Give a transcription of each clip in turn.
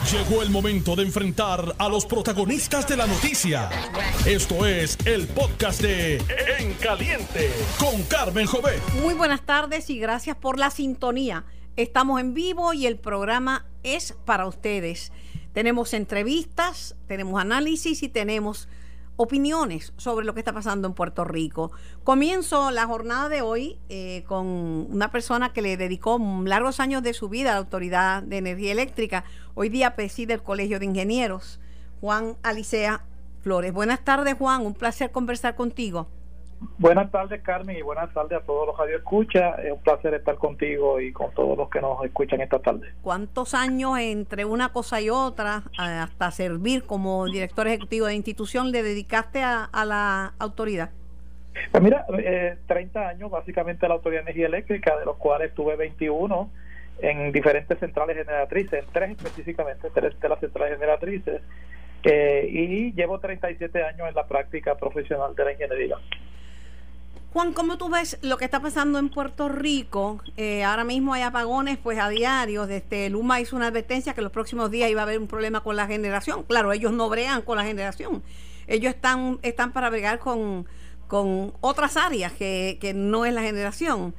Llegó el momento de enfrentar a los protagonistas de la noticia. Esto es el podcast de En Caliente con Carmen Jovet. Muy buenas tardes y gracias por la sintonía. Estamos en vivo y el programa es para ustedes. Tenemos entrevistas, tenemos análisis y tenemos opiniones sobre lo que está pasando en Puerto Rico. Comienzo la jornada de hoy con una persona que le dedicó largos años de su vida a la Autoridad de Energía Eléctrica. Hoy día preside el Colegio de Ingenieros, Juan Alicea Flores. Buenas tardes, Juan, un placer conversar contigo. Buenas tardes, Carmen, y buenas tardes a todos los radioescuchas. Es un placer estar contigo y con todos los que nos escuchan esta tarde. ¿Cuántos años entre una cosa y otra, hasta servir como director ejecutivo de institución, le dedicaste a la autoridad? Pues mira, 30 años básicamente a la Autoridad de Energía Eléctrica, de los cuales tuve 21 en diferentes centrales generatrices, en 3 específicamente, 3 de las centrales generatrices, y llevo 37 años en la práctica profesional de la ingeniería. Juan, ¿cómo tú ves lo que está pasando en Puerto Rico? Ahora mismo hay apagones pues a diario. Luma hizo una advertencia que los próximos días iba a haber un problema con la generación. Claro, ellos no bregan con la generación. Ellos están para bregar con otras áreas que no es la generación.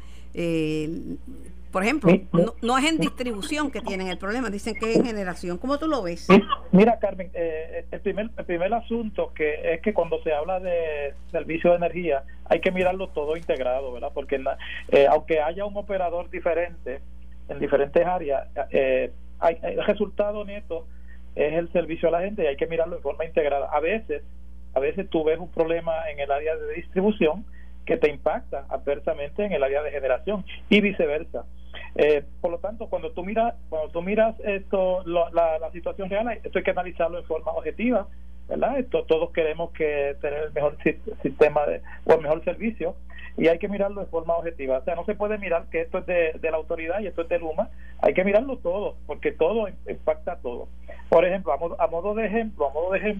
Por ejemplo, no es en distribución que tienen el problema, dicen que es en generación. ¿Cómo tú lo ves? Mira, Carmen, el primer asunto que es que cuando se habla de servicio de energía hay que mirarlo todo integrado, ¿verdad? Porque aunque haya un operador diferente en diferentes áreas, el resultado neto es el servicio a la gente y hay que mirarlo de forma integrada. A veces tú ves un problema en el área de distribución que te impacta adversamente en el área de generación y viceversa. Por lo tanto, cuando tú miras esto, la situación real, esto hay que analizarlo en forma objetiva, ¿verdad? Todos queremos tener el mejor sistema o el mejor servicio, y hay que mirarlo de forma objetiva. O sea, no se puede mirar que esto es de la autoridad y esto es de Luma. Hay que mirarlo todo, porque todo impacta a todo. Por ejemplo, a modo de ejemplo,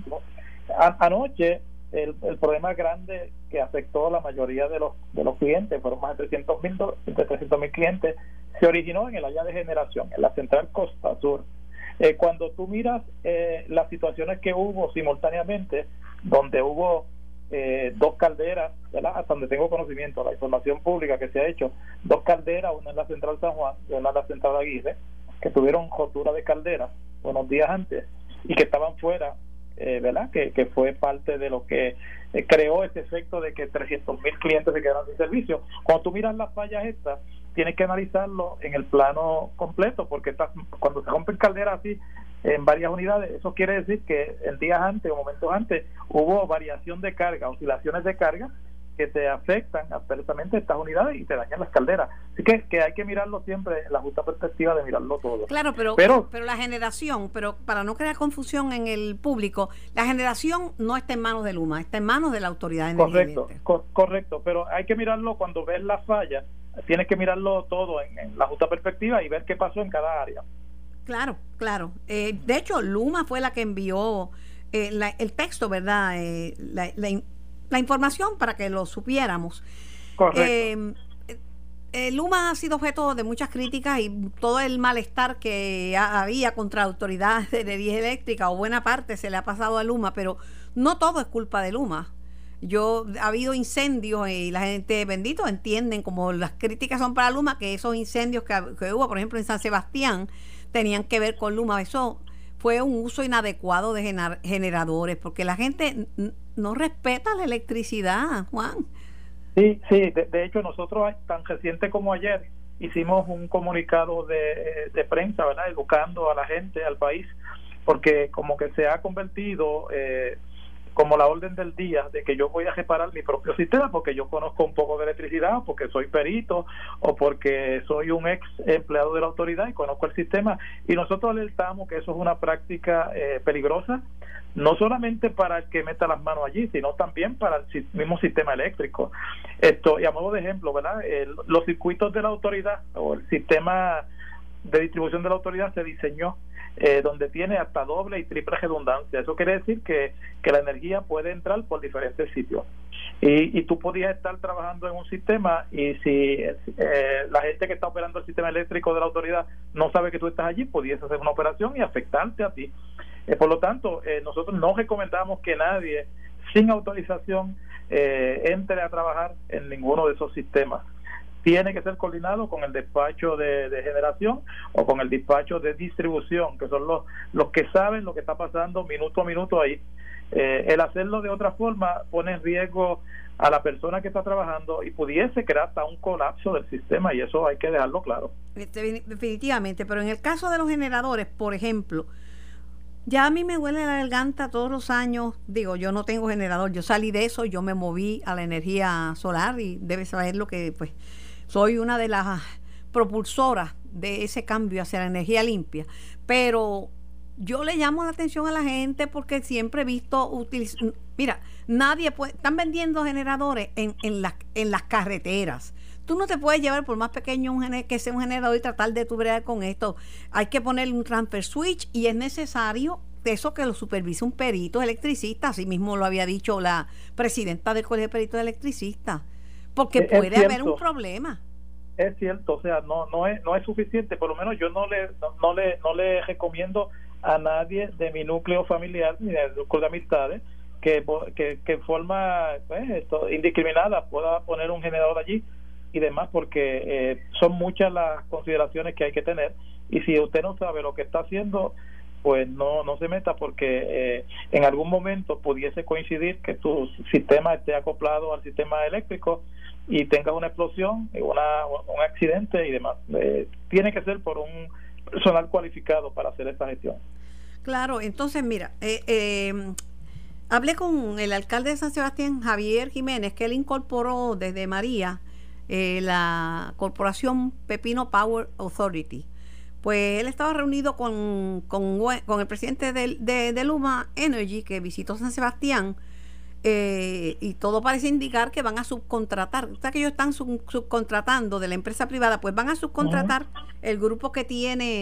anoche el problema grande que afectó a la mayoría de los clientes, fueron más de 300,000 clientes, se originó en el área de generación, en la central Costa Sur. Cuando tú miras las situaciones que hubo simultáneamente, donde hubo 2 calderas, ¿verdad? Hasta donde tengo conocimiento, la información pública que se ha hecho, 2 calderas, una en la central San Juan y una en la central Aguirre, que tuvieron rotura de calderas unos días antes y que estaban fuera, ¿verdad? Que fue parte de lo que creó ese efecto de que 300,000 clientes se quedaron sin servicio. Cuando tú miras las fallas estas, tienes que analizarlo en el plano completo, porque cuando se rompen calderas así en varias unidades, eso quiere decir que el días antes o momentos antes hubo variación de carga, oscilaciones de carga que te afectan adversamente estas unidades y te dañan las calderas. Así que hay que mirarlo siempre en la justa perspectiva de mirarlo todo. Claro, pero la generación, pero para no crear confusión en el público, la generación no está en manos de Luma, está en manos de la Autoridad de Energía Eléctrica. Correcto, pero hay que mirarlo cuando ves las fallas, tienes que mirarlo todo en la justa perspectiva y ver qué pasó en cada área. Claro. De hecho, Luma fue la que envió el texto, ¿verdad? La información para que lo supiéramos. Correcto. Luma ha sido objeto de muchas críticas y todo el malestar que había contra la Autoridad de Energía Eléctrica, o buena parte se le ha pasado a Luma, pero no todo es culpa de Luma. Ha habido incendios y la gente, bendito, entienden, como las críticas son para Luma, que esos incendios que hubo, por ejemplo, en San Sebastián, tenían que ver con Luma. Eso fue un uso inadecuado de generadores, porque la gente no respeta la electricidad, Juan. Sí, de hecho nosotros tan reciente como ayer hicimos un comunicado de prensa, ¿verdad? Educando a la gente, al país, porque como que se ha convertido como la orden del día de que yo voy a reparar mi propio sistema porque yo conozco un poco de electricidad, porque soy perito o porque soy un ex empleado de la autoridad y conozco el sistema, y nosotros alertamos que eso es una práctica peligrosa, no solamente para el que meta las manos allí, sino también para el mismo sistema eléctrico. Y a modo de ejemplo, ¿verdad? Los circuitos de la autoridad o el sistema de distribución de la autoridad se diseñó donde tiene hasta doble y triple redundancia. Eso quiere decir que la energía puede entrar por diferentes sitios. Y tú podías estar trabajando en un sistema y si la gente que está operando el sistema eléctrico de la autoridad no sabe que tú estás allí, pudiese hacer una operación y afectarte a ti. Por lo tanto, nosotros no recomendamos que nadie sin autorización entre a trabajar en ninguno de esos sistemas. Tiene que ser coordinado con el despacho de generación o con el despacho de distribución, que son los que saben lo que está pasando minuto a minuto ahí. El hacerlo de otra forma pone en riesgo a la persona que está trabajando y pudiese crear hasta un colapso del sistema, y eso hay que dejarlo claro. Definitivamente, pero en el caso de los generadores, por ejemplo, ya a mí me duele la garganta todos los años. Digo, yo no tengo generador, yo salí de eso, yo me moví a la energía solar y debes saber lo que, pues, soy una de las propulsoras de ese cambio hacia la energía limpia, pero yo le llamo la atención a la gente porque siempre he visto mira, nadie puede, están vendiendo generadores en las carreteras. Tú no te puedes llevar, por más pequeño que sea un generador, y tratar de tu bregar con esto. Hay que ponerle un transfer switch y es necesario eso que lo supervise un perito electricista. Así mismo lo había dicho la presidenta del Colegio de Peritos Electricistas, porque puede haber un problema. Es cierto, o sea, no es suficiente. Por lo menos yo no le recomiendo a nadie de mi núcleo familiar ni del núcleo de amistades que en forma indiscriminada pueda poner un generador allí y demás, porque son muchas las consideraciones que hay que tener, y si usted no sabe lo que está haciendo, pues no se meta, porque en algún momento pudiese coincidir que tu sistema esté acoplado al sistema eléctrico y tenga una explosión, un accidente y demás. Tiene que ser por un personal cualificado para hacer esta gestión. Claro, entonces mira, hablé con el alcalde de San Sebastián, Javier Jiménez, que él incorporó desde María la corporación Pepino Power Authority. Pues él estaba reunido con el presidente de Luma Energy, que visitó San Sebastián, y todo parece indicar que van a subcontratar. O sea, que ellos están subcontratando de la empresa privada, pues van a subcontratar el grupo que tiene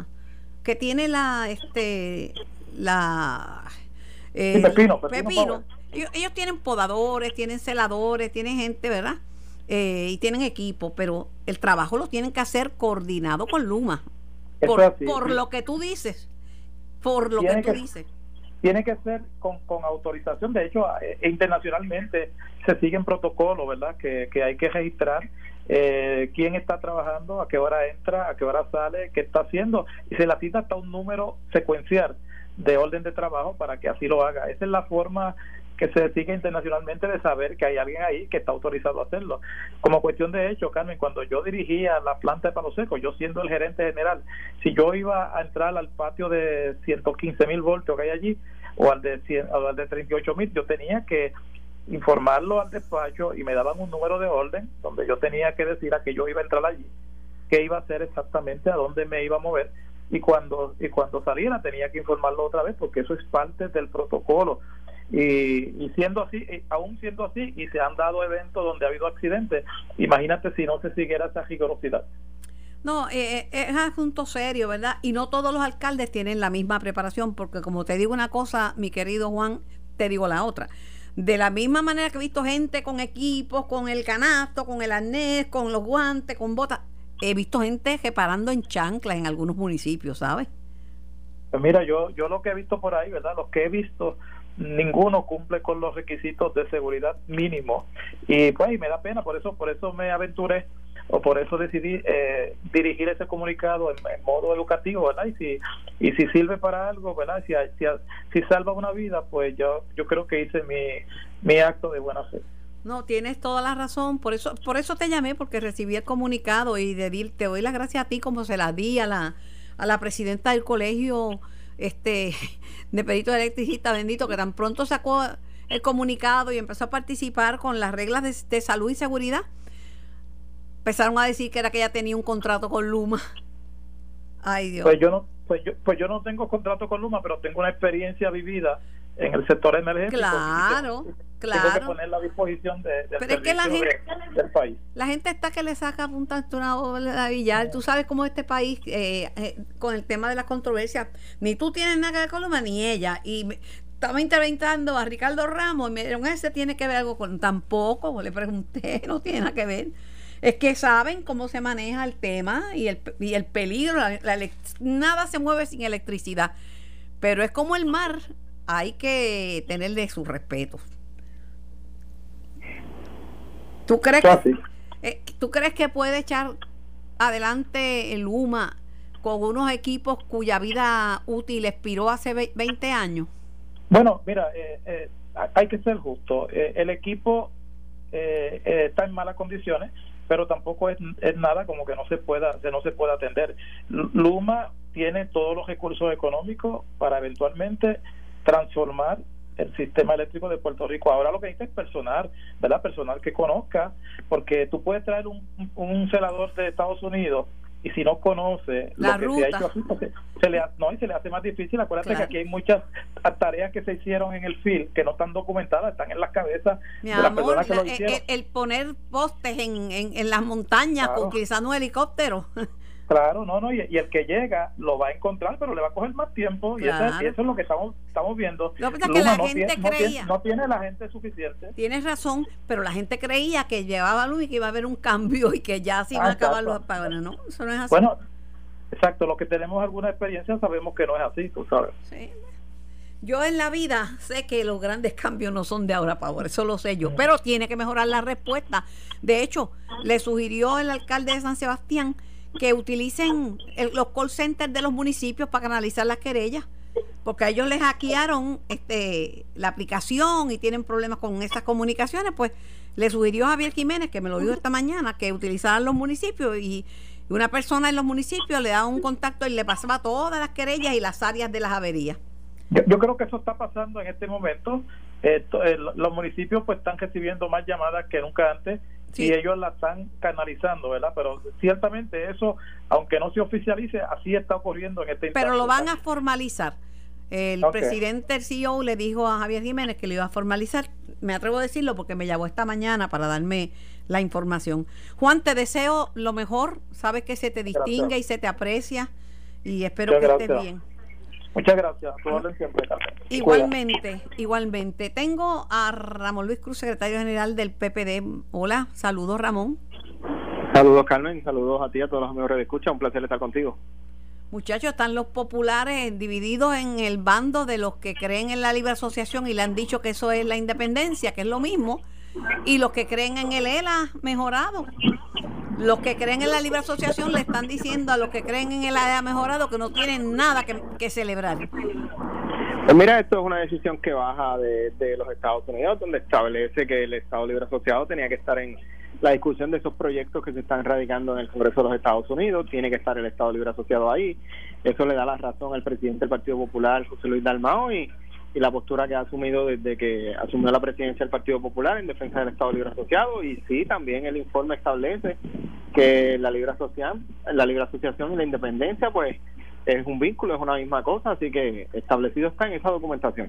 Pepino. Ellos tienen podadores, tienen celadores, tienen gente, ¿verdad? Y tienen equipo, pero el trabajo lo tienen que hacer coordinado con Luma. Por lo que tú dices. Tiene que ser con autorización. De hecho, internacionalmente se siguen protocolos, ¿verdad? Que hay que registrar quién está trabajando, a qué hora entra, a qué hora sale, qué está haciendo, y se le cita hasta un número secuencial de orden de trabajo para que así lo haga. Esa es la forma que se sigue internacionalmente de saber que hay alguien ahí que está autorizado a hacerlo. Como cuestión de hecho, Carmen, cuando yo dirigía la planta de Palo Seco, yo siendo el gerente general, si yo iba a entrar al patio de 115,000 voltios que hay allí, o al de 38,000, yo tenía que informarlo al despacho y me daban un número de orden donde yo tenía que decir a qué yo iba a entrar allí, qué iba a hacer exactamente, a dónde me iba a mover, y cuando saliera tenía que informarlo otra vez, porque eso es parte del protocolo. Y siendo así, aún siendo así, y se han dado eventos donde ha habido accidentes, imagínate si no se siguiera esa rigurosidad. No, es asunto serio, ¿verdad? Y no todos los alcaldes tienen la misma preparación, porque como te digo una cosa, mi querido Juan, te digo la otra. De la misma manera que he visto gente con equipos, con el canasto, con el arnés, con los guantes, con botas, he visto gente reparando en chanclas en algunos municipios, ¿sabes? Pues mira, yo lo que he visto por ahí, ¿verdad? Los que he visto, ninguno cumple con los requisitos de seguridad mínimos, y pues me da pena, por eso me aventuré, o por eso decidí dirigir ese comunicado en modo educativo, ¿verdad? Y si sirve para algo, ¿verdad? Si salva una vida, pues yo creo que hice mi acto de buena fe. No, tienes toda la razón, por eso te llamé, porque recibí el comunicado y te doy las gracias a ti, como se las di a la presidenta del colegio de peritos electricistas, bendito, que tan pronto sacó el comunicado y empezó a participar con las reglas de salud y seguridad. Empezaron a decir que era que ella tenía un contrato con Luma. Ay, Dios. Pues yo no tengo contrato con Luma, pero tengo una experiencia vivida en el sector energético. Claro. Tengo que ponerla a disposición del Pero es que la gente, del país. La gente está que le saca punta una bola de billar. Tú sabes cómo este país, con el tema de las controversias, ni tú tienes nada que ver con Luma, ni ella. Y estaba entrevistando a Ricardo Ramos y me dijeron, ese tiene que ver algo con... Tampoco, le pregunté, no tiene nada que ver. Es que saben cómo se maneja el tema y el peligro. Nada se mueve sin electricidad. Pero es como el mar, hay que tenerle sus respetos. ¿Tú crees que puede echar adelante el Luma con unos equipos cuya vida útil expiró hace 20 años? Bueno, mira, hay que ser justo. El equipo está en malas condiciones, pero tampoco es nada como que no se pueda atender. Luma tiene todos los recursos económicos para eventualmente transformar el sistema eléctrico de Puerto Rico. Ahora lo que necesita es personal, ¿verdad? Personal que conozca, porque tú puedes traer un celador de Estados Unidos y si no conoce la lo ruta. que se ha hecho aquí, pues se le hace más difícil. Acuérdate que aquí hay muchas tareas que se hicieron en el field que no están documentadas, están en las cabezas de las personas que lo hicieron. El poner postes en las montañas, claro, utilizando un helicóptero. Claro, y el que llega lo va a encontrar, pero le va a coger más tiempo, claro. y eso es lo que estamos viendo. Lo que pasa es que la gente creía... No tiene la gente suficiente. Tienes razón, pero la gente creía que llevaba luz y que iba a haber un cambio y que ya se iban a acabar los apagones. No, eso no es así. Bueno, exacto, los que tenemos alguna experiencia sabemos que no es así, tú sabes. Sí. Yo en la vida sé que los grandes cambios no son de ahora para ahora, eso lo sé yo, pero tiene que mejorar la respuesta. De hecho, le sugirió el alcalde de San Sebastián que utilicen los call centers de los municipios para canalizar las querellas, porque a ellos les hackearon la aplicación y tienen problemas con esas comunicaciones. Pues le sugirió a Javier Jiménez, que me lo dijo esta mañana, que utilizaran los municipios y una persona en los municipios le daba un contacto y le pasaba todas las querellas y las áreas de las averías. Yo creo que eso está pasando en este momento. Los municipios pues están recibiendo más llamadas que nunca antes. Sí. Y ellos la están canalizando, ¿verdad? Pero ciertamente eso, aunque no se oficialice, así está ocurriendo en este instante. Pero lo van a formalizar. El presidente, el CEO, le dijo a Javier Jiménez que lo iba a formalizar. Me atrevo a decirlo porque me llamó esta mañana para darme la información. Juan, te deseo lo mejor. Sabes que se te distingue y se te aprecia. Y espero que estés bien. Muchas gracias. Siempre, igualmente. Tengo a Ramón Luis Cruz, secretario general del PPD. Hola, saludos, Ramón. Saludos, Carmen. Saludos a ti, a todos los amigos de escucha. Un placer estar contigo. Muchachos, están los populares divididos en el bando de los que creen en la libre asociación y le han dicho que eso es la independencia, que es lo mismo, y los que creen en el ELA mejorado. Los que creen en la libre asociación le están diciendo a los que creen en el ELA mejorado que no tienen nada que celebrar. Pues mira, esto es una decisión que baja de los Estados Unidos, donde establece que el Estado Libre Asociado tenía que estar en la discusión de esos proyectos que se están radicando en el Congreso de los Estados Unidos. Tiene que estar el Estado Libre Asociado ahí. Eso le da la razón al presidente del Partido Popular, José Luis Dalmau, y la postura que ha asumido desde que asumió la presidencia del Partido Popular en defensa del Estado Libre Asociado. Y sí, también el informe establece que la libre asociación y la independencia pues es un vínculo, es una misma cosa, así que establecido está en esa documentación.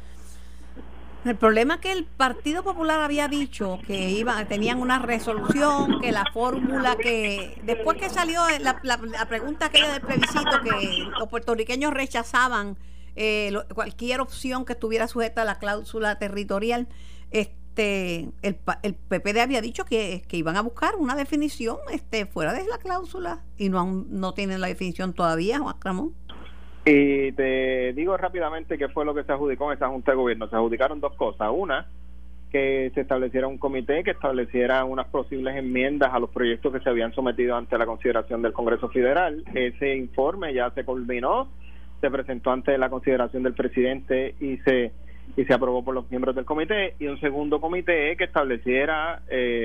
El problema es que el Partido Popular había dicho que tenían una resolución, que la fórmula que después que salió la pregunta aquella del plebiscito, que los puertorriqueños rechazaban cualquier opción que estuviera sujeta a la cláusula territorial, el PPD había dicho que iban a buscar una definición fuera de la cláusula y no tienen la definición todavía, Juan Ramón. Y te digo rápidamente qué fue lo que se adjudicó en esa Junta de Gobierno. Se adjudicaron dos cosas. Una, que se estableciera un comité que estableciera unas posibles enmiendas a los proyectos que se habían sometido ante la consideración del Congreso Federal. Ese informe ya se culminó, se presentó ante la consideración del presidente y se aprobó por los miembros del comité. Y un segundo comité que estableciera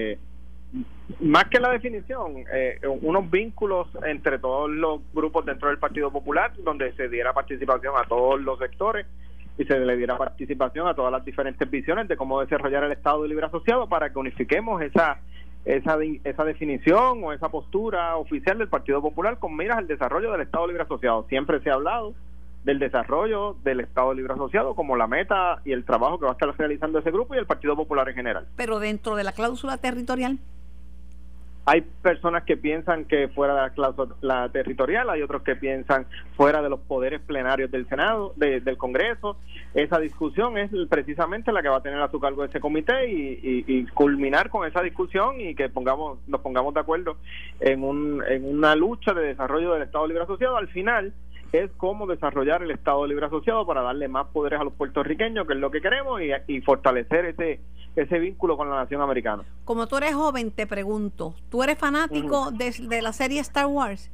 más que la definición, unos vínculos entre todos los grupos dentro del Partido Popular, donde se diera participación a todos los sectores y se le diera participación a todas las diferentes visiones de cómo desarrollar el Estado Libre Asociado, para que unifiquemos esa definición o esa postura oficial del Partido Popular con miras al desarrollo del Estado Libre Asociado. Siempre se ha hablado del desarrollo del Estado Libre Asociado como la meta y el trabajo que va a estar realizando ese grupo y el Partido Popular en general. Pero dentro de la cláusula territorial. Hay personas que piensan que fuera de la cláusula territorial, hay otros que piensan fuera de los poderes plenarios del Senado, del Congreso. Esa discusión es precisamente la que va a tener a su cargo ese comité y culminar con esa discusión y que nos pongamos de acuerdo en una lucha de desarrollo del Estado Libre Asociado. Al final es cómo desarrollar el Estado Libre Asociado para darle más poderes a los puertorriqueños, que es lo que queremos, y fortalecer ese vínculo con la nación americana. Como tú eres joven, te pregunto, ¿tú eres fanático de la serie Star Wars?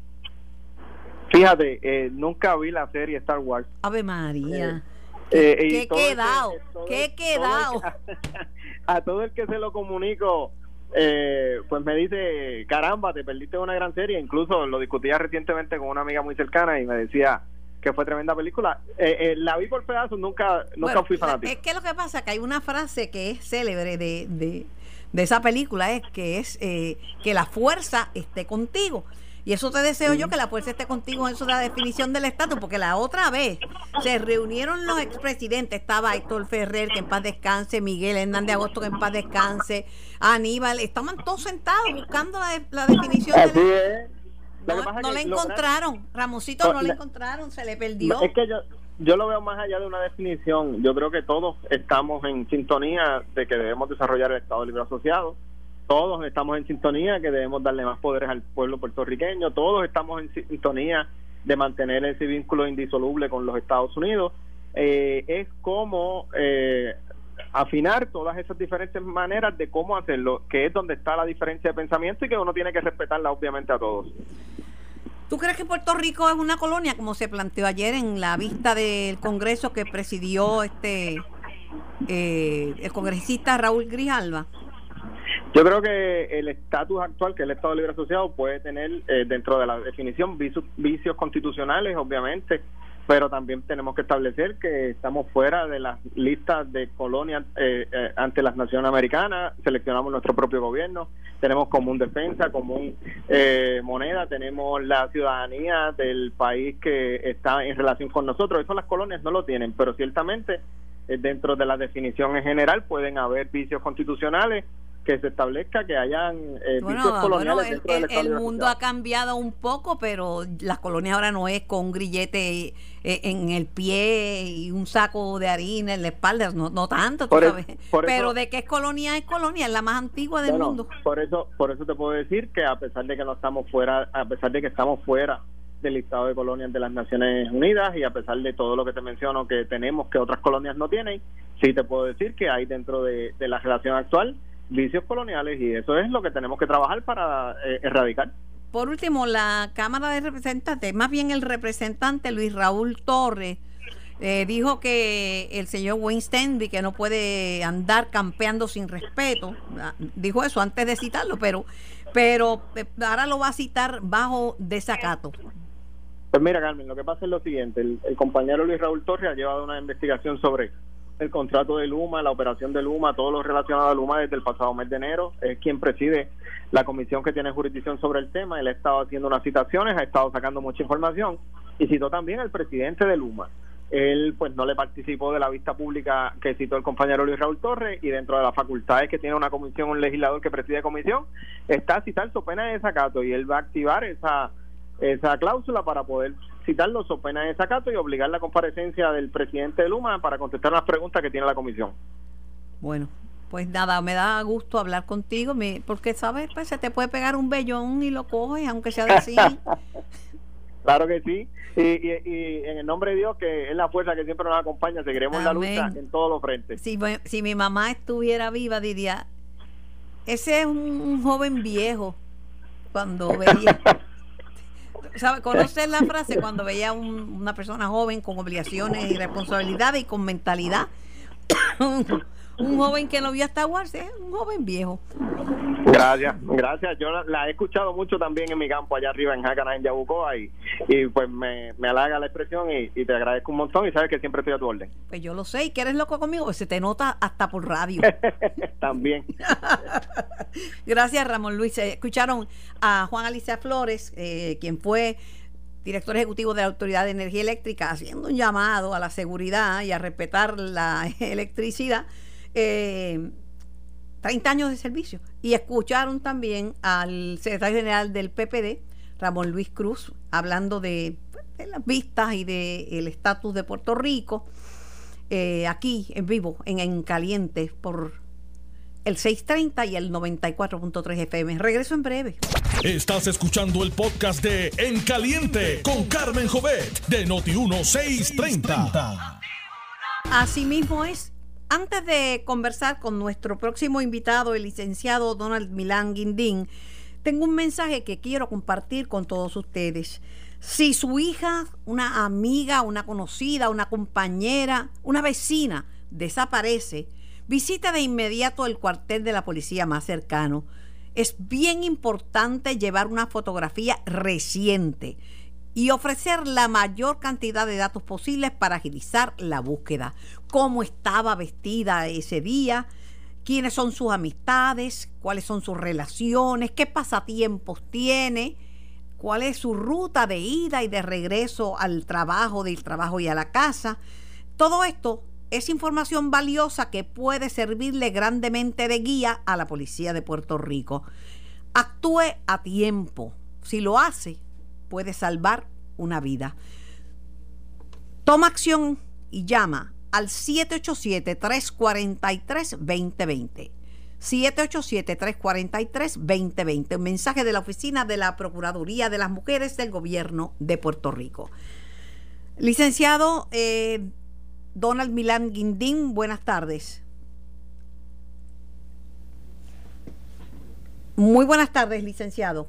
Fíjate, nunca vi la serie Star Wars. Ave María. ¿Qué quedado? ¿Qué quedado? A todo el que se lo comunico, pues me dice, caramba, te perdiste una gran serie. Incluso lo discutía recientemente con una amiga muy cercana y me decía que fue tremenda película. La vi por pedazos, nunca fui fanático. Es que lo que pasa es que hay una frase que es célebre de esa película, es que la fuerza esté contigo. Y eso te deseo yo, que la fuerza esté contigo. Eso es la definición del estatus, porque la otra vez se reunieron los expresidentes, estaba Héctor Ferrer, que en paz descanse, Miguel Hernández de Agosto, que en paz descanse, Aníbal, estaban todos sentados buscando la definición del no la encontraron, Ramoncito, no la encontraron, se le perdió. Es que yo lo veo más allá de una definición. Yo creo que todos estamos en sintonía de que debemos desarrollar el Estado Libre Asociado. Todos estamos en sintonía que debemos darle más poderes al pueblo puertorriqueño. Todos estamos en sintonía de mantener ese vínculo indisoluble con los Estados Unidos. Es como afinar todas esas diferentes maneras de cómo hacerlo, que es donde está la diferencia de pensamiento y que uno tiene que respetarla obviamente a todos. ¿Tú crees que Puerto Rico es una colonia, como se planteó ayer en la vista del Congreso que presidió el congresista Raúl Grijalva? Yo creo que el estatus actual, que es el Estado Libre Asociado, puede tener dentro de la definición vicios constitucionales, obviamente, pero también tenemos que establecer que estamos fuera de las listas de colonias ante las naciones americanas. Seleccionamos nuestro propio gobierno, tenemos común defensa, común moneda, tenemos la ciudadanía del país que está en relación con nosotros. Eso las colonias no lo tienen, pero ciertamente dentro de la definición en general pueden haber vicios constitucionales que se establezca que hayan vicios coloniales dentro del Estado. El mundo ha cambiado un poco, pero las colonias ahora no es con un grillete en el pie y un saco de harina en la espalda, no tanto, tú sabes. Pero de que es colonia, es la más antigua del mundo. Por eso te puedo decir que a pesar de que estamos fuera del listado de colonias de las Naciones Unidas y a pesar de todo lo que te menciono que tenemos que otras colonias no tienen, sí te puedo decir que hay dentro de la relación actual vicios coloniales y eso es lo que tenemos que trabajar para erradicar. Por último, la Cámara de Representantes, más bien el representante Luis Raúl Torres, dijo que el señor Wayne Stanby, que no puede andar campeando sin respeto, dijo eso antes de citarlo, pero ahora lo va a citar bajo desacato. Pues mira, Carmen, lo que pasa es lo siguiente, el compañero Luis Raúl Torres ha llevado una investigación sobre el contrato de Luma, la operación de Luma, todo lo relacionado a Luma desde el pasado mes de enero. Es quien preside la comisión que tiene jurisdicción sobre el tema. Él ha estado haciendo unas citaciones, ha estado sacando mucha información y citó también al presidente de Luma. Él pues no le participó de la vista pública que citó el compañero Luis Raúl Torres y dentro de las facultades que tiene una comisión, un legislador que preside comisión, está a citar su pena de desacato y él va a activar esa cláusula para poder citarlo so pena de desacato y obligar la comparecencia del presidente de Luma para contestar las preguntas que tiene la comisión. Bueno, pues nada, me da gusto hablar contigo, porque sabes, pues se te puede pegar un vellón y lo coges, aunque sea de así. Claro que sí, y en el nombre de Dios, que es la fuerza que siempre nos acompaña, seguiremos la lucha en todos los frentes. Si mi mamá estuviera viva, diría, ese es un joven viejo, cuando veía... ¿Sabe? ¿Conoces la frase cuando veía una persona joven con obligaciones y responsabilidades y con mentalidad? Un joven que no vio Star Wars es un joven viejo. Gracias. Yo la he escuchado mucho también en mi campo allá arriba en Jácana, en Yabucoa, y pues me halaga la expresión y te agradezco un montón y sabes que siempre estoy a tu orden. Pues yo lo sé, y que eres loco conmigo, pues se te nota hasta por radio. También. Gracias, Ramón Luis. Escucharon a Juan Alicia Flores, quien fue director ejecutivo de la Autoridad de Energía Eléctrica, haciendo un llamado a la seguridad y a respetar la electricidad, 30 años de servicio. Y escucharon también al secretario general del PPD, Ramón Luis Cruz, hablando de las vistas y del estatus de Puerto Rico, aquí en vivo, en Caliente, por el 630 y el 94.3 FM. Regreso en breve. Estás escuchando el podcast de En Caliente con Carmen Jovet de Noti1 630. Así mismo es. Antes de conversar con nuestro próximo invitado, el licenciado Donald Milán Guindín, tengo un mensaje que quiero compartir con todos ustedes. Si su hija, una amiga, una conocida, una compañera, una vecina desaparece, visite de inmediato el cuartel de la policía más cercano. Es bien importante llevar una fotografía reciente y ofrecer la mayor cantidad de datos posibles para agilizar la búsqueda. Cómo estaba vestida ese día, quiénes son sus amistades, cuáles son sus relaciones, qué pasatiempos tiene, cuál es su ruta de ida y de regreso al trabajo, del trabajo y a la casa. Todo esto es información valiosa que puede servirle grandemente de guía a la policía de Puerto Rico. Actúe a tiempo. Si lo hace, puede salvar una vida. Toma acción y llama al 787-343-2020. 787-343-2020. Un mensaje de la Oficina de la Procuraduría de las Mujeres del Gobierno de Puerto Rico. Licenciado Donald Milán Guindín, buenas tardes. Muy buenas tardes, licenciado.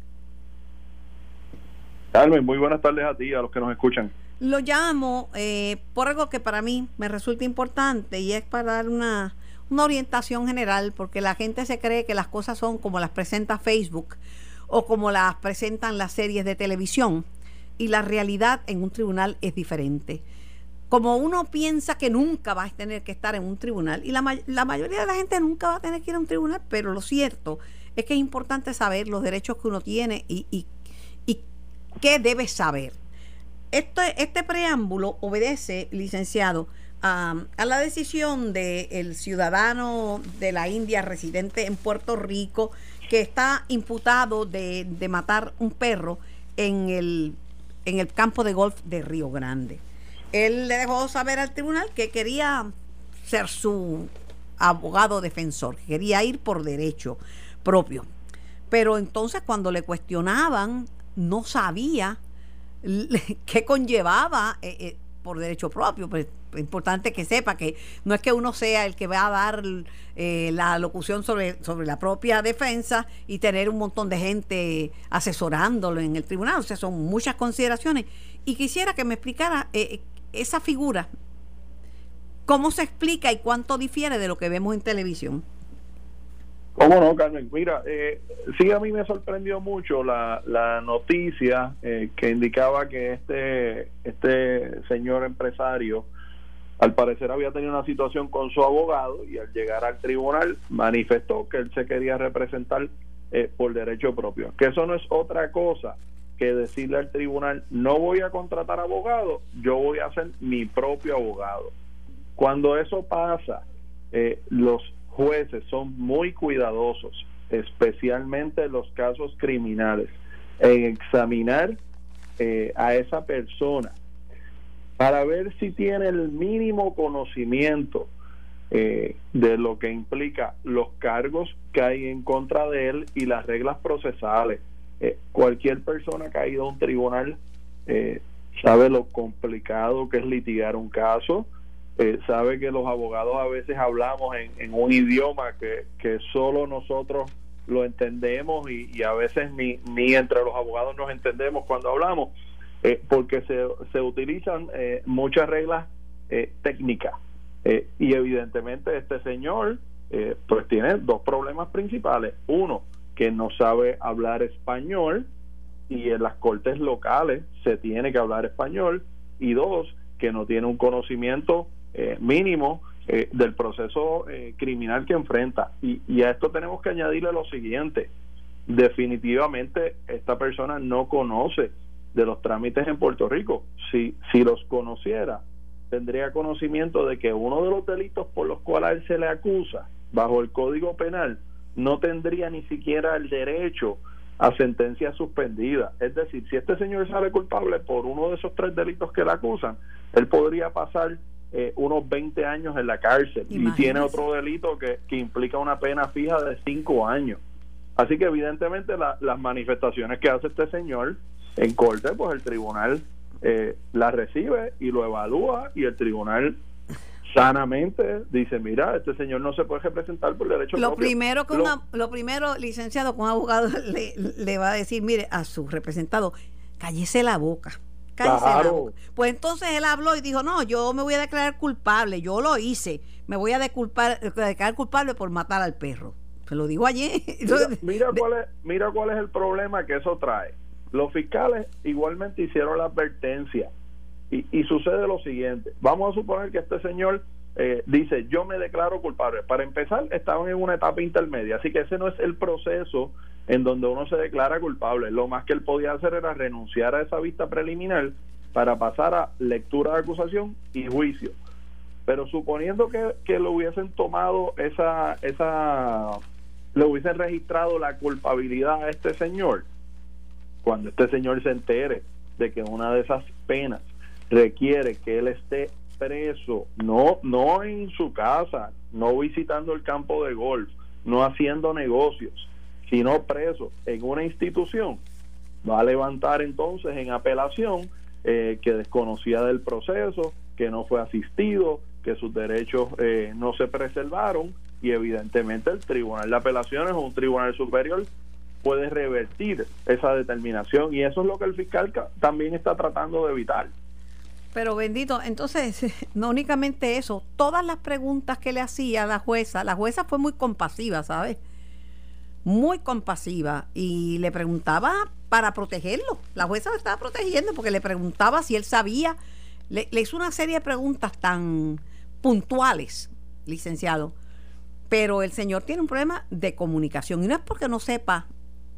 Carmen, muy buenas tardes a ti y a los que nos escuchan. Lo llamo por algo que para mí me resulta importante y es para dar una orientación general, porque la gente se cree que las cosas son como las presenta Facebook o como las presentan las series de televisión, y la realidad en un tribunal es diferente. Como uno piensa que nunca va a tener que estar en un tribunal, y la mayoría de la gente nunca va a tener que ir a un tribunal, pero lo cierto es que es importante saber los derechos que uno tiene y qué debe saber. Este preámbulo obedece, licenciado, a la decisión del ciudadano de la India residente en Puerto Rico, que está imputado de matar un perro en el campo de golf de Río Grande. Él le dejó saber al tribunal que quería ser su abogado defensor, que quería ir por derecho propio. Pero entonces cuando le cuestionaban, no sabía qué conllevaba por derecho propio. Pues es importante que sepa que no es que uno sea el que va a dar la locución sobre la propia defensa y tener un montón de gente asesorándolo en el tribunal. O sea, son muchas consideraciones. Y quisiera que me explicara esa figura, cómo se explica y cuánto difiere de lo que vemos en televisión. ¿Cómo no, Carmen? Mira, sí, a mí me sorprendió mucho la noticia que indicaba que este señor empresario al parecer había tenido una situación con su abogado y al llegar al tribunal manifestó que él se quería representar por derecho propio, que eso no es otra cosa que decirle al tribunal: no voy a contratar abogado, yo voy a ser mi propio abogado. Cuando eso pasa, los jueces son muy cuidadosos, especialmente en los casos criminales, en examinar a esa persona para ver si tiene el mínimo conocimiento de lo que implica los cargos que hay en contra de él y las reglas procesales. Cualquier persona que ha ido a un tribunal sabe lo complicado que es litigar un caso. Sabe que los abogados a veces hablamos en un idioma que solo nosotros lo entendemos y a veces ni entre los abogados nos entendemos cuando hablamos, porque se utilizan muchas reglas técnicas, y evidentemente este señor pues tiene dos problemas principales. Uno, que no sabe hablar español, y en las cortes locales se tiene que hablar español, y dos, que no tiene un conocimiento mínimo del proceso criminal que enfrenta. Y a esto tenemos que añadirle lo siguiente: definitivamente esta persona no conoce de los trámites en Puerto Rico. Si los conociera, tendría conocimiento de que uno de los delitos por los cuales a él se le acusa bajo el Código Penal no tendría ni siquiera el derecho a sentencia suspendida. Es decir, si este señor sale culpable por uno de esos 3 delitos que le acusan, él podría pasar unos 20 años en la cárcel. Imagínese. Y tiene otro delito que implica una pena fija de 5 años. Así que evidentemente las manifestaciones que hace este señor en corte, pues el tribunal las recibe y lo evalúa, y el tribunal sanamente dice, mira, este señor no se puede representar por derecho propio. Lo primero, licenciado, que un abogado le va a decir, mire, a su representado, cállese la boca. La boca. Pues entonces él habló y dijo, no, yo me voy a declarar culpable, yo lo hice, me voy a declarar culpable por matar al perro. Se lo digo ayer. Entonces, mira cuál es el problema que eso trae. Los fiscales igualmente hicieron la advertencia y sucede lo siguiente. Vamos a suponer que este señor dice, yo me declaro culpable. Para empezar, estaban en una etapa intermedia, así que ese no es el proceso en donde uno se declara culpable. Lo más que él podía hacer era renunciar a esa vista preliminar para pasar a lectura de acusación y juicio. Pero suponiendo que lo hubiesen tomado le hubiesen registrado la culpabilidad a este señor, cuando este señor se entere de que una de esas penas requiere que él esté preso, no en su casa, no visitando el campo de golf, no haciendo negocios, sino preso en una institución, va a levantar entonces en apelación que desconocía del proceso, que no fue asistido, que sus derechos no se preservaron, y evidentemente el tribunal de apelaciones o un tribunal superior puede revertir esa determinación, y eso es lo que el fiscal también está tratando de evitar. Pero bendito, entonces, no únicamente eso, todas las preguntas que le hacía la jueza fue muy compasiva, ¿sabes? Muy compasiva, y le preguntaba para protegerlo. La jueza lo estaba protegiendo porque le preguntaba si él sabía, le hizo una serie de preguntas tan puntuales, licenciado, pero el señor tiene un problema de comunicación, y no es porque no sepa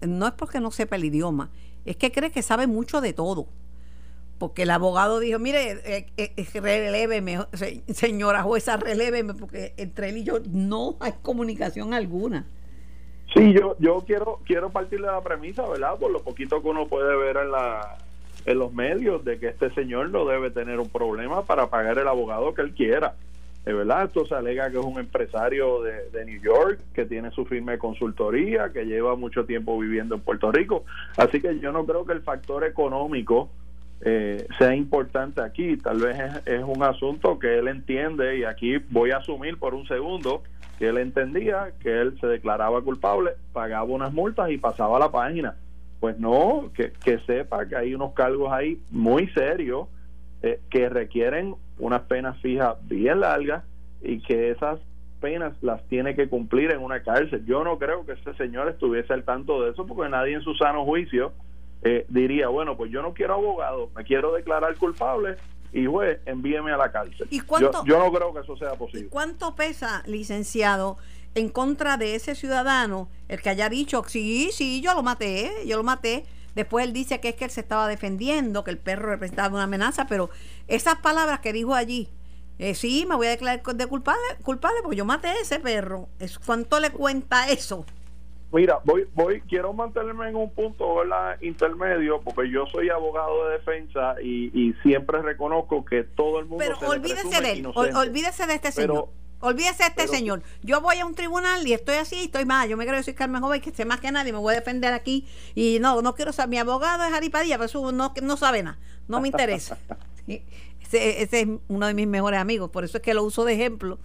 el idioma, es que cree que sabe mucho de todo. Porque el abogado dijo, mire, reléveme, señora jueza, reléveme, porque entre él y yo no hay comunicación alguna. Sí, yo quiero partir de la premisa, ¿verdad? Por lo poquito que uno puede ver en los medios, de que este señor no debe tener un problema para pagar el abogado que él quiera. ¿Verdad? Esto se alega que es un empresario de New York, que tiene su firma de consultoría, que lleva mucho tiempo viviendo en Puerto Rico. Así que yo no creo que el factor económico sea importante aquí. Tal vez es un asunto que él entiende, y aquí voy a asumir por un segundo que él entendía que él se declaraba culpable, pagaba unas multas y pasaba la página. Pues no, que sepa que hay unos cargos ahí muy serios que requieren unas penas fijas bien largas, y que esas penas las tiene que cumplir en una cárcel. Yo no creo que este señor estuviese al tanto de eso, porque nadie en su sano juicio diría, bueno, pues yo no quiero abogado, me quiero declarar culpable y juez, envíeme a la cárcel. ¿Y yo no creo que eso sea posible. ¿Cuánto pesa, licenciado, en contra de ese ciudadano el que haya dicho, sí, yo lo maté? Después él dice que es que él se estaba defendiendo, que el perro representaba una amenaza, pero esas palabras que dijo allí, sí, me voy a declarar culpable porque yo maté a ese perro. ¿Cuánto le cuenta eso? Mira, quiero mantenerme en un punto, ¿verdad?, intermedio, porque yo soy abogado de defensa y siempre reconozco que todo el mundo pero olvídese de él, olvídese de este señor. Olvídese de este señor. Yo voy a un tribunal y estoy así, estoy mal. Yo me creo que soy Carmen Joven, que sé más que nadie, me voy a defender aquí. Y no quiero saber. Mi abogado es Ari Padilla, pero eso no sabe nada. No me interesa. Ese es uno de mis mejores amigos, por eso es que lo uso de ejemplo.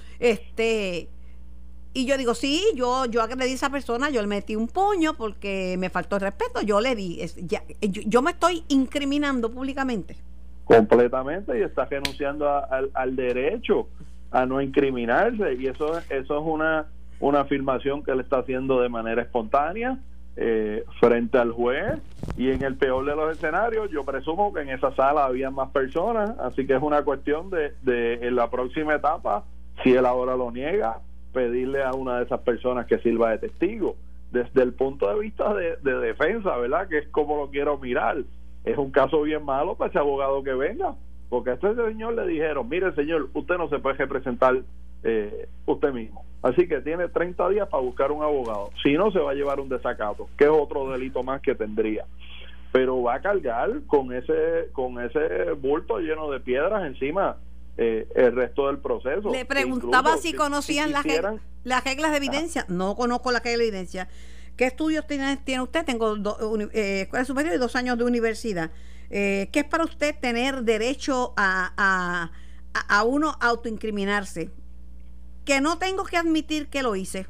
Y yo digo, sí, yo agredí a esa persona, yo le metí un puño porque me faltó el respeto, yo le di. Yo me estoy incriminando públicamente. Completamente, y está renunciando al derecho a no incriminarse, y eso es una afirmación que él está haciendo de manera espontánea frente al juez, y en el peor de los escenarios yo presumo que en esa sala había más personas, así que es una cuestión de en la próxima etapa, si él ahora lo niega, pedirle a una de esas personas que sirva de testigo. Desde el punto de vista de defensa, ¿verdad?, que es como lo quiero mirar, es un caso bien malo para ese abogado que venga, porque a este señor le dijeron, mire señor, usted no se puede representar usted mismo, así que tiene 30 días para buscar un abogado, si no se va a llevar un desacato, que es otro delito más que tendría, pero va a cargar con ese bulto lleno de piedras encima el resto del proceso. Le preguntaba si conocían si las reglas de evidencia. No conozco las reglas de evidencia. ¿Qué estudios tiene usted? Tengo escuela superior y 2 años de universidad. ¿Qué es para usted tener derecho a uno autoincriminarse? Que no tengo que admitir que lo hice.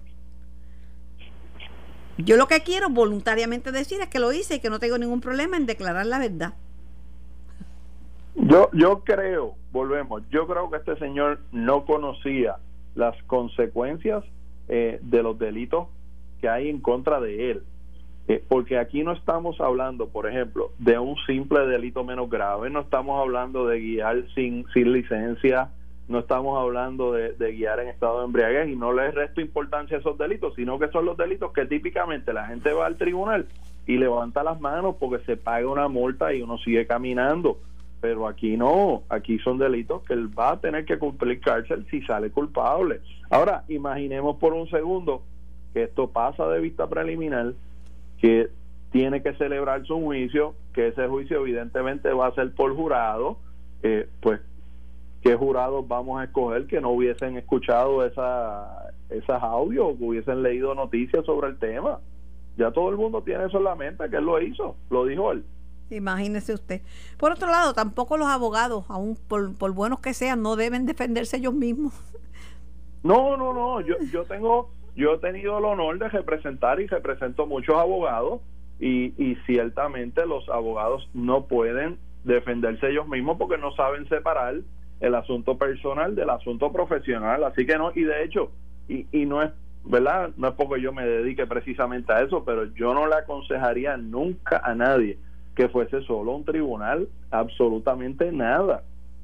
Yo lo que quiero voluntariamente decir es que lo hice y que no tengo ningún problema en declarar la verdad. Yo creo, yo creo que este señor no conocía las consecuencias de los delitos que hay en contra de él, porque aquí no estamos hablando, por ejemplo, de un simple delito menos grave, no estamos hablando de guiar sin licencia, no estamos hablando de guiar en estado de embriaguez, y no le resto importancia a esos delitos, sino que son los delitos que típicamente la gente va al tribunal y levanta las manos porque se paga una multa y uno sigue caminando. Pero aquí no, aquí son delitos que él va a tener que cumplir cárcel si sale culpable. Ahora, imaginemos por un segundo que esto pasa de vista preliminar, que tiene que celebrarse un juicio, que ese juicio evidentemente va a ser por jurado, pues, ¿qué jurados vamos a escoger que no hubiesen escuchado esas audios o que hubiesen leído noticias sobre el tema? Ya todo el mundo tiene eso en la mente, que él lo hizo, lo dijo él. Imagínese usted. Por otro lado, tampoco los abogados, aun por buenos que sean, no deben defenderse ellos mismos. No. Yo he tenido el honor de representar y represento muchos abogados y ciertamente los abogados no pueden defenderse ellos mismos porque no saben separar el asunto personal del asunto profesional. Así que no, y de hecho, y no es verdad, no es porque yo me dedique precisamente a eso, pero yo no le aconsejaría nunca a nadie que fuese solo un tribunal, absolutamente nada.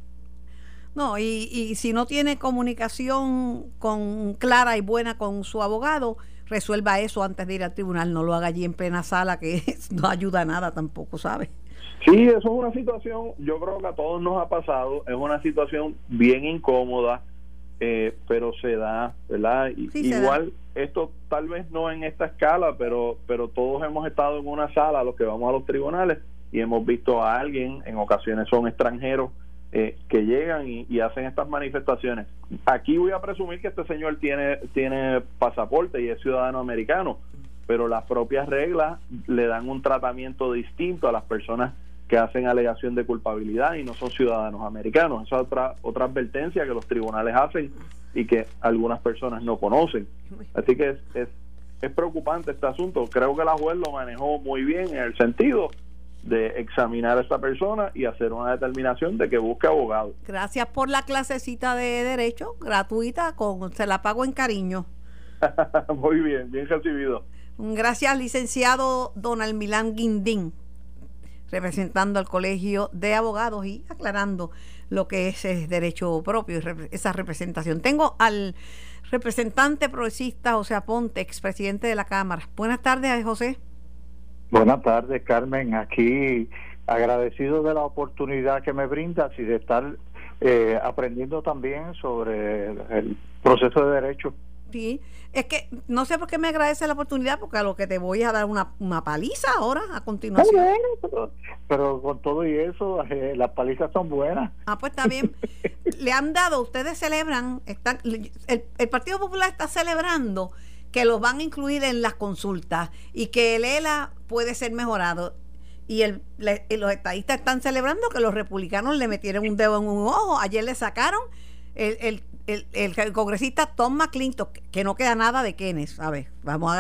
No, y si no tiene comunicación clara y buena con su abogado, resuelva eso antes de ir al tribunal, no lo haga allí en plena sala, que no ayuda a nada tampoco, ¿sabe? Sí, eso es una situación, yo creo que a todos nos ha pasado, es una situación bien incómoda, pero se da, ¿verdad? Sí, igual esto tal vez no en esta escala, pero todos hemos estado en una sala, los que vamos a los tribunales, y hemos visto a alguien, en ocasiones son extranjeros, que llegan y hacen estas manifestaciones. Aquí voy a presumir que este señor tiene pasaporte y es ciudadano americano, pero las propias reglas le dan un tratamiento distinto a las personas que hacen alegación de culpabilidad y no son ciudadanos americanos. Esa es otra advertencia que los tribunales hacen y que algunas personas no conocen. Así que es preocupante este asunto. Creo que la juez lo manejó muy bien en el sentido de examinar a esta persona y hacer una determinación de que busque abogado. Gracias por la clasecita de derecho gratuita, se la pago en cariño. Muy bien recibido. Gracias, licenciado Donald Milán Guindín, representando al Colegio de Abogados y aclarando lo que es derecho propio y esa representación. Tengo al representante progresista José Aponte, expresidente de la Cámara. Buenas tardes, José. Buenas tardes, Carmen. Aquí agradecido de la oportunidad que me brindas y de estar aprendiendo también sobre el proceso de derecho. Sí, es que no sé por qué me agradece la oportunidad, porque a lo que te voy a dar una paliza ahora, a continuación. Pero con todo y eso, las palizas son buenas. Pues está bien. Le han dado, ustedes celebran, el Partido Popular está celebrando que los van a incluir en las consultas y que el ELA puede ser mejorado. Y los estadistas están celebrando que los republicanos le metieron un dedo en un ojo. Ayer le sacaron el congresista Tom McClintock, que no queda nada de Kenneth, a ver,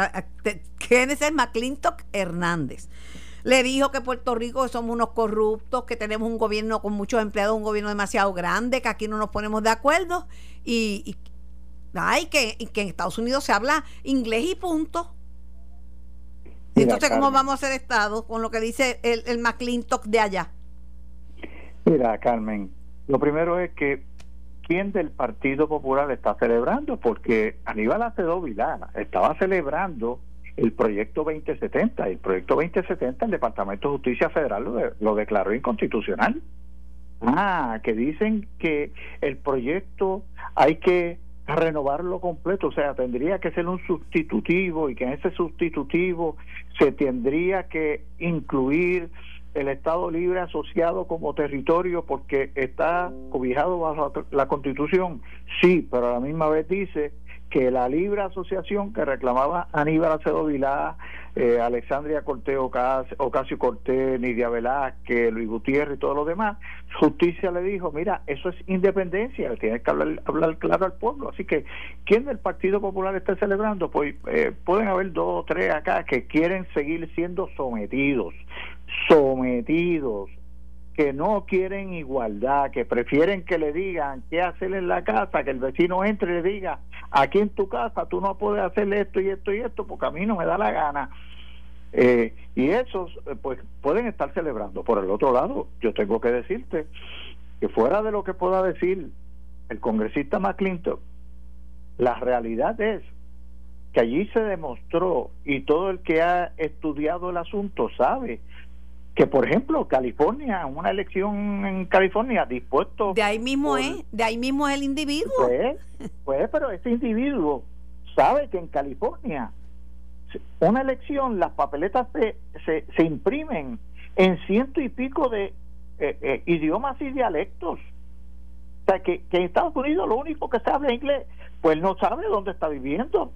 Kenneth es McClintock Hernández. Le dijo que Puerto Rico somos unos corruptos, que tenemos un gobierno con muchos empleados, un gobierno demasiado grande, que aquí no nos ponemos de acuerdo y que en Estados Unidos se habla inglés y punto. Entonces, ¿cómo vamos a hacer Estado con lo que dice el McClintock de allá? Mira, Carmen, lo primero es que ¿quién del Partido Popular está celebrando? Porque Aníbal Acevedo Vilá estaba celebrando el proyecto 2070. El proyecto 2070, el Departamento de Justicia Federal lo declaró inconstitucional. Que dicen que el proyecto hay que renovarlo completo, o sea, tendría que ser un sustitutivo, y que en ese sustitutivo se tendría que incluir el Estado Libre Asociado como territorio porque está cobijado bajo la Constitución. Sí, pero a la misma vez dice que la libre asociación que reclamaba Aníbal Acevedo Vilá, Alexandria Cortés Ocasio Cortés, Nidia Velázquez, Luis Gutiérrez y todos los demás, justicia le dijo, mira, eso es independencia, tiene que hablar claro al pueblo. Así que, ¿quién del Partido Popular está celebrando? Pues pueden haber 2 o 3 acá que quieren seguir siendo sometidos, que no quieren igualdad, que prefieren que le digan qué hacer en la casa, que el vecino entre y le diga, aquí en tu casa tú no puedes hacer esto y esto y esto porque a mí no me da la gana. Y esos pues pueden estar celebrando. Por el otro lado, yo tengo que decirte que fuera de lo que pueda decir el congresista McClintock, la realidad es que allí se demostró, y todo el que ha estudiado el asunto sabe, que por ejemplo California, una elección en California dispuesto de ahí mismo es el individuo, pues pero ese individuo sabe que en California una elección, las papeletas se imprimen en 100 y pico de idiomas y dialectos. O sea, que en Estados Unidos lo único que se habla es inglés. Pues no sabe dónde está viviendo.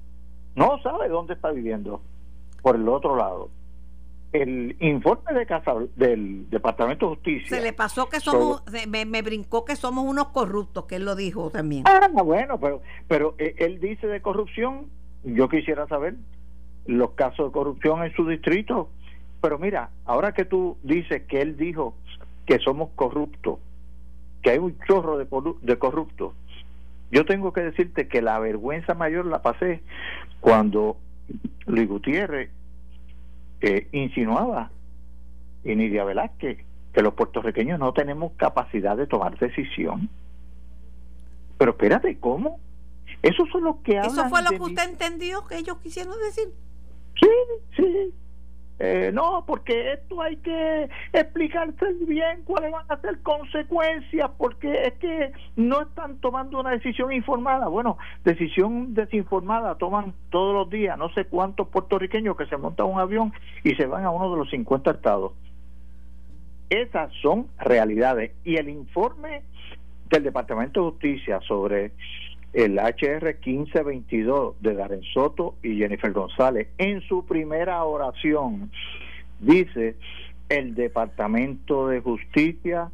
Por el otro lado, el informe del Departamento de Justicia, se le pasó que somos, me brincó que somos unos corruptos, que él lo dijo también. Bueno, pero él dice de corrupción. Yo quisiera saber los casos de corrupción en su distrito. Pero mira, ahora que tú dices que él dijo que somos corruptos, que hay un chorro de corruptos, yo tengo que decirte que la vergüenza mayor la pasé cuando Luis Gutiérrez insinuaba, y Nidia Velázquez, que los puertorriqueños no tenemos capacidad de tomar decisión. Pero espérate, ¿cómo? Esos son los que hablan. ¿Eso fue lo que usted entendió que ellos quisieron decir? Sí. No, porque esto hay que explicarse bien cuáles van a ser consecuencias, porque es que no están tomando una decisión informada. Bueno, decisión desinformada toman todos los días no sé cuántos puertorriqueños que se montan un avión y se van a uno de los 50 estados. Esas son realidades. Y el informe del Departamento de Justicia sobre el HR 1522 de Darren Soto y Jennifer González, en su primera oración dice: el Departamento de Justicia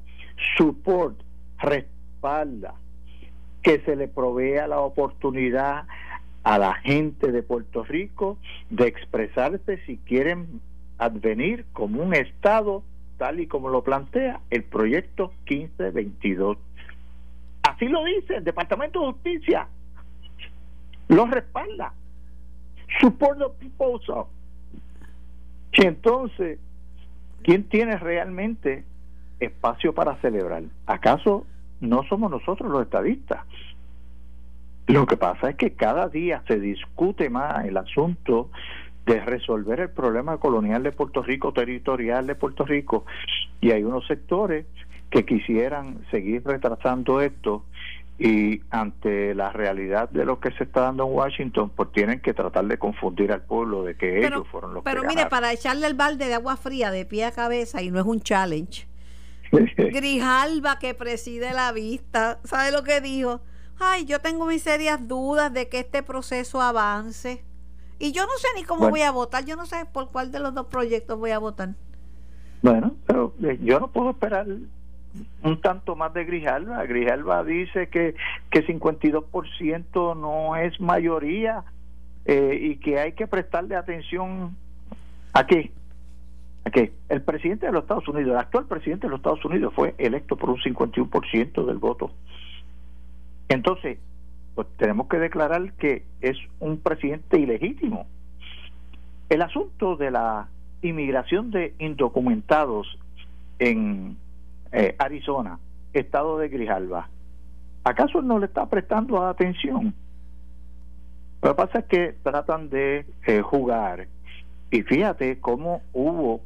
respalda que se le provea la oportunidad a la gente de Puerto Rico de expresarse si quieren advenir como un estado, tal y como lo plantea el proyecto 1522. Así lo dice el Departamento de Justicia, lo respalda, support the proposal. Y entonces, ¿quién tiene realmente espacio para celebrar? ¿Acaso no somos nosotros los estadistas? Lo que pasa es que cada día se discute más el asunto de resolver el problema colonial de Puerto Rico, territorial de Puerto Rico, y hay unos sectores que quisieran seguir retrasando esto, y ante la realidad de lo que se está dando en Washington, pues tienen que tratar de confundir al pueblo de que ellos fueron los que ganaron. Pero mire, para echarle el balde de agua fría de pie a cabeza, y no es un challenge, Grijalva, que preside la vista, ¿sabe lo que dijo? Ay, yo tengo mis serias dudas de que este proceso avance, y yo no sé ni cómo voy a votar, yo no sé por cuál de los dos proyectos voy a votar. Bueno, pero yo no puedo esperar un tanto más de Grijalva. Grijalva dice que 52% no es mayoría, y que hay que prestarle atención a qué. El presidente de los Estados Unidos, el actual presidente de los Estados Unidos, fue electo por un 51% del voto. Entonces, pues tenemos que declarar que es un presidente ilegítimo. El asunto de la inmigración de indocumentados en Arizona, estado de Grijalva, ¿acaso no le está prestando atención? Lo que pasa es que tratan de jugar, y fíjate cómo hubo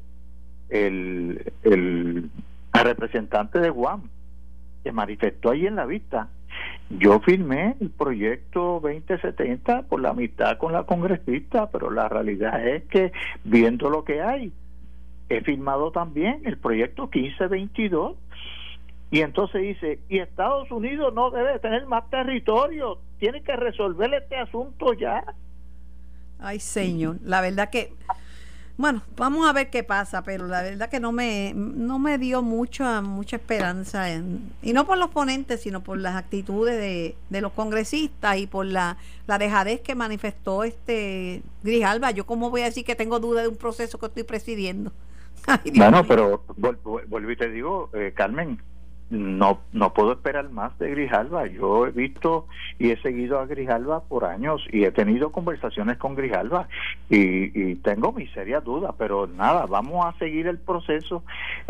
el representante de Guam que manifestó ahí en la vista: yo firmé el proyecto 2070 por la amistad con la congresista, pero la realidad es que, viendo lo que hay, he firmado también el proyecto 1522. Y entonces dice, y Estados Unidos no debe tener más territorio, tiene que resolver este asunto ya. Ay, señor, la verdad que, bueno, vamos a ver qué pasa, pero la verdad que no me dio mucha esperanza, y no por los ponentes, sino por las actitudes de los congresistas y por la dejadez que manifestó Grijalva. Yo cómo voy a decir que tengo duda de un proceso que estoy presidiendo. Ay, Dios mío. Pero vuelvo y te digo, Carmen, no puedo esperar más de Grijalva. Yo he visto y he seguido a Grijalva por años y he tenido conversaciones con Grijalva y tengo mis serias dudas, pero nada, vamos a seguir el proceso.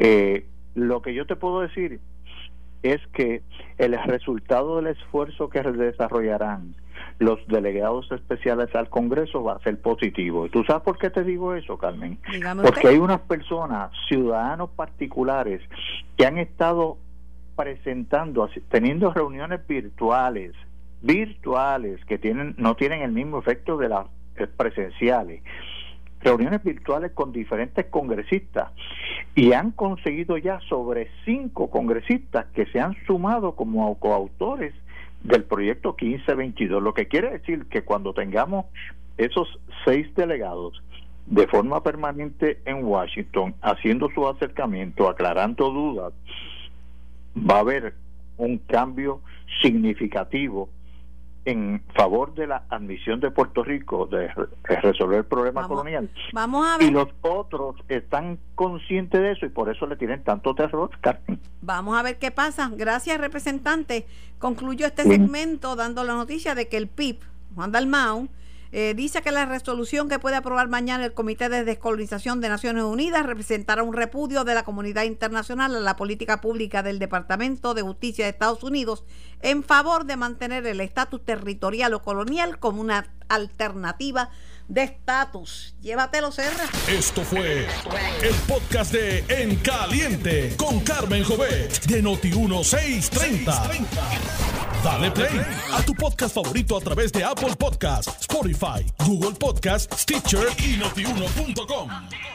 Lo que yo te puedo decir es que el resultado del esfuerzo que desarrollarán los delegados especiales al Congreso va a ser positivo. ¿Tú sabes por qué te digo eso, Carmen? Dígame Porque usted. hay unas personas, ciudadanos particulares, que han estado presentando, teniendo reuniones virtuales que no tienen el mismo efecto de las presenciales, reuniones virtuales con diferentes congresistas, y han conseguido ya sobre 5 congresistas que se han sumado como coautores del proyecto 1522, lo que quiere decir que cuando tengamos esos 6 delegados de forma permanente en Washington haciendo su acercamiento, aclarando dudas, va a haber un cambio significativo en favor de la admisión de Puerto Rico, de resolver el problema colonial. Vamos a ver. Y los otros están conscientes de eso y por eso le tienen tanto terror, Carmen. Vamos a ver qué pasa. Gracias, representante. Concluyo este segmento dando la noticia de que el PIB, Juan Dalmau, dice que la resolución que puede aprobar mañana el Comité de Descolonización de Naciones Unidas representará un repudio de la comunidad internacional a la política pública del Departamento de Justicia de Estados Unidos en favor de mantener el estatus territorial o colonial como una alternativa de estatus. Llévatelo, Serra. Esto fue el podcast de En Caliente con Carmen Jovet de Noti1630. Dale play a tu podcast favorito a través de Apple Podcasts, Spotify, Google Podcasts, Stitcher y Notiuno.com.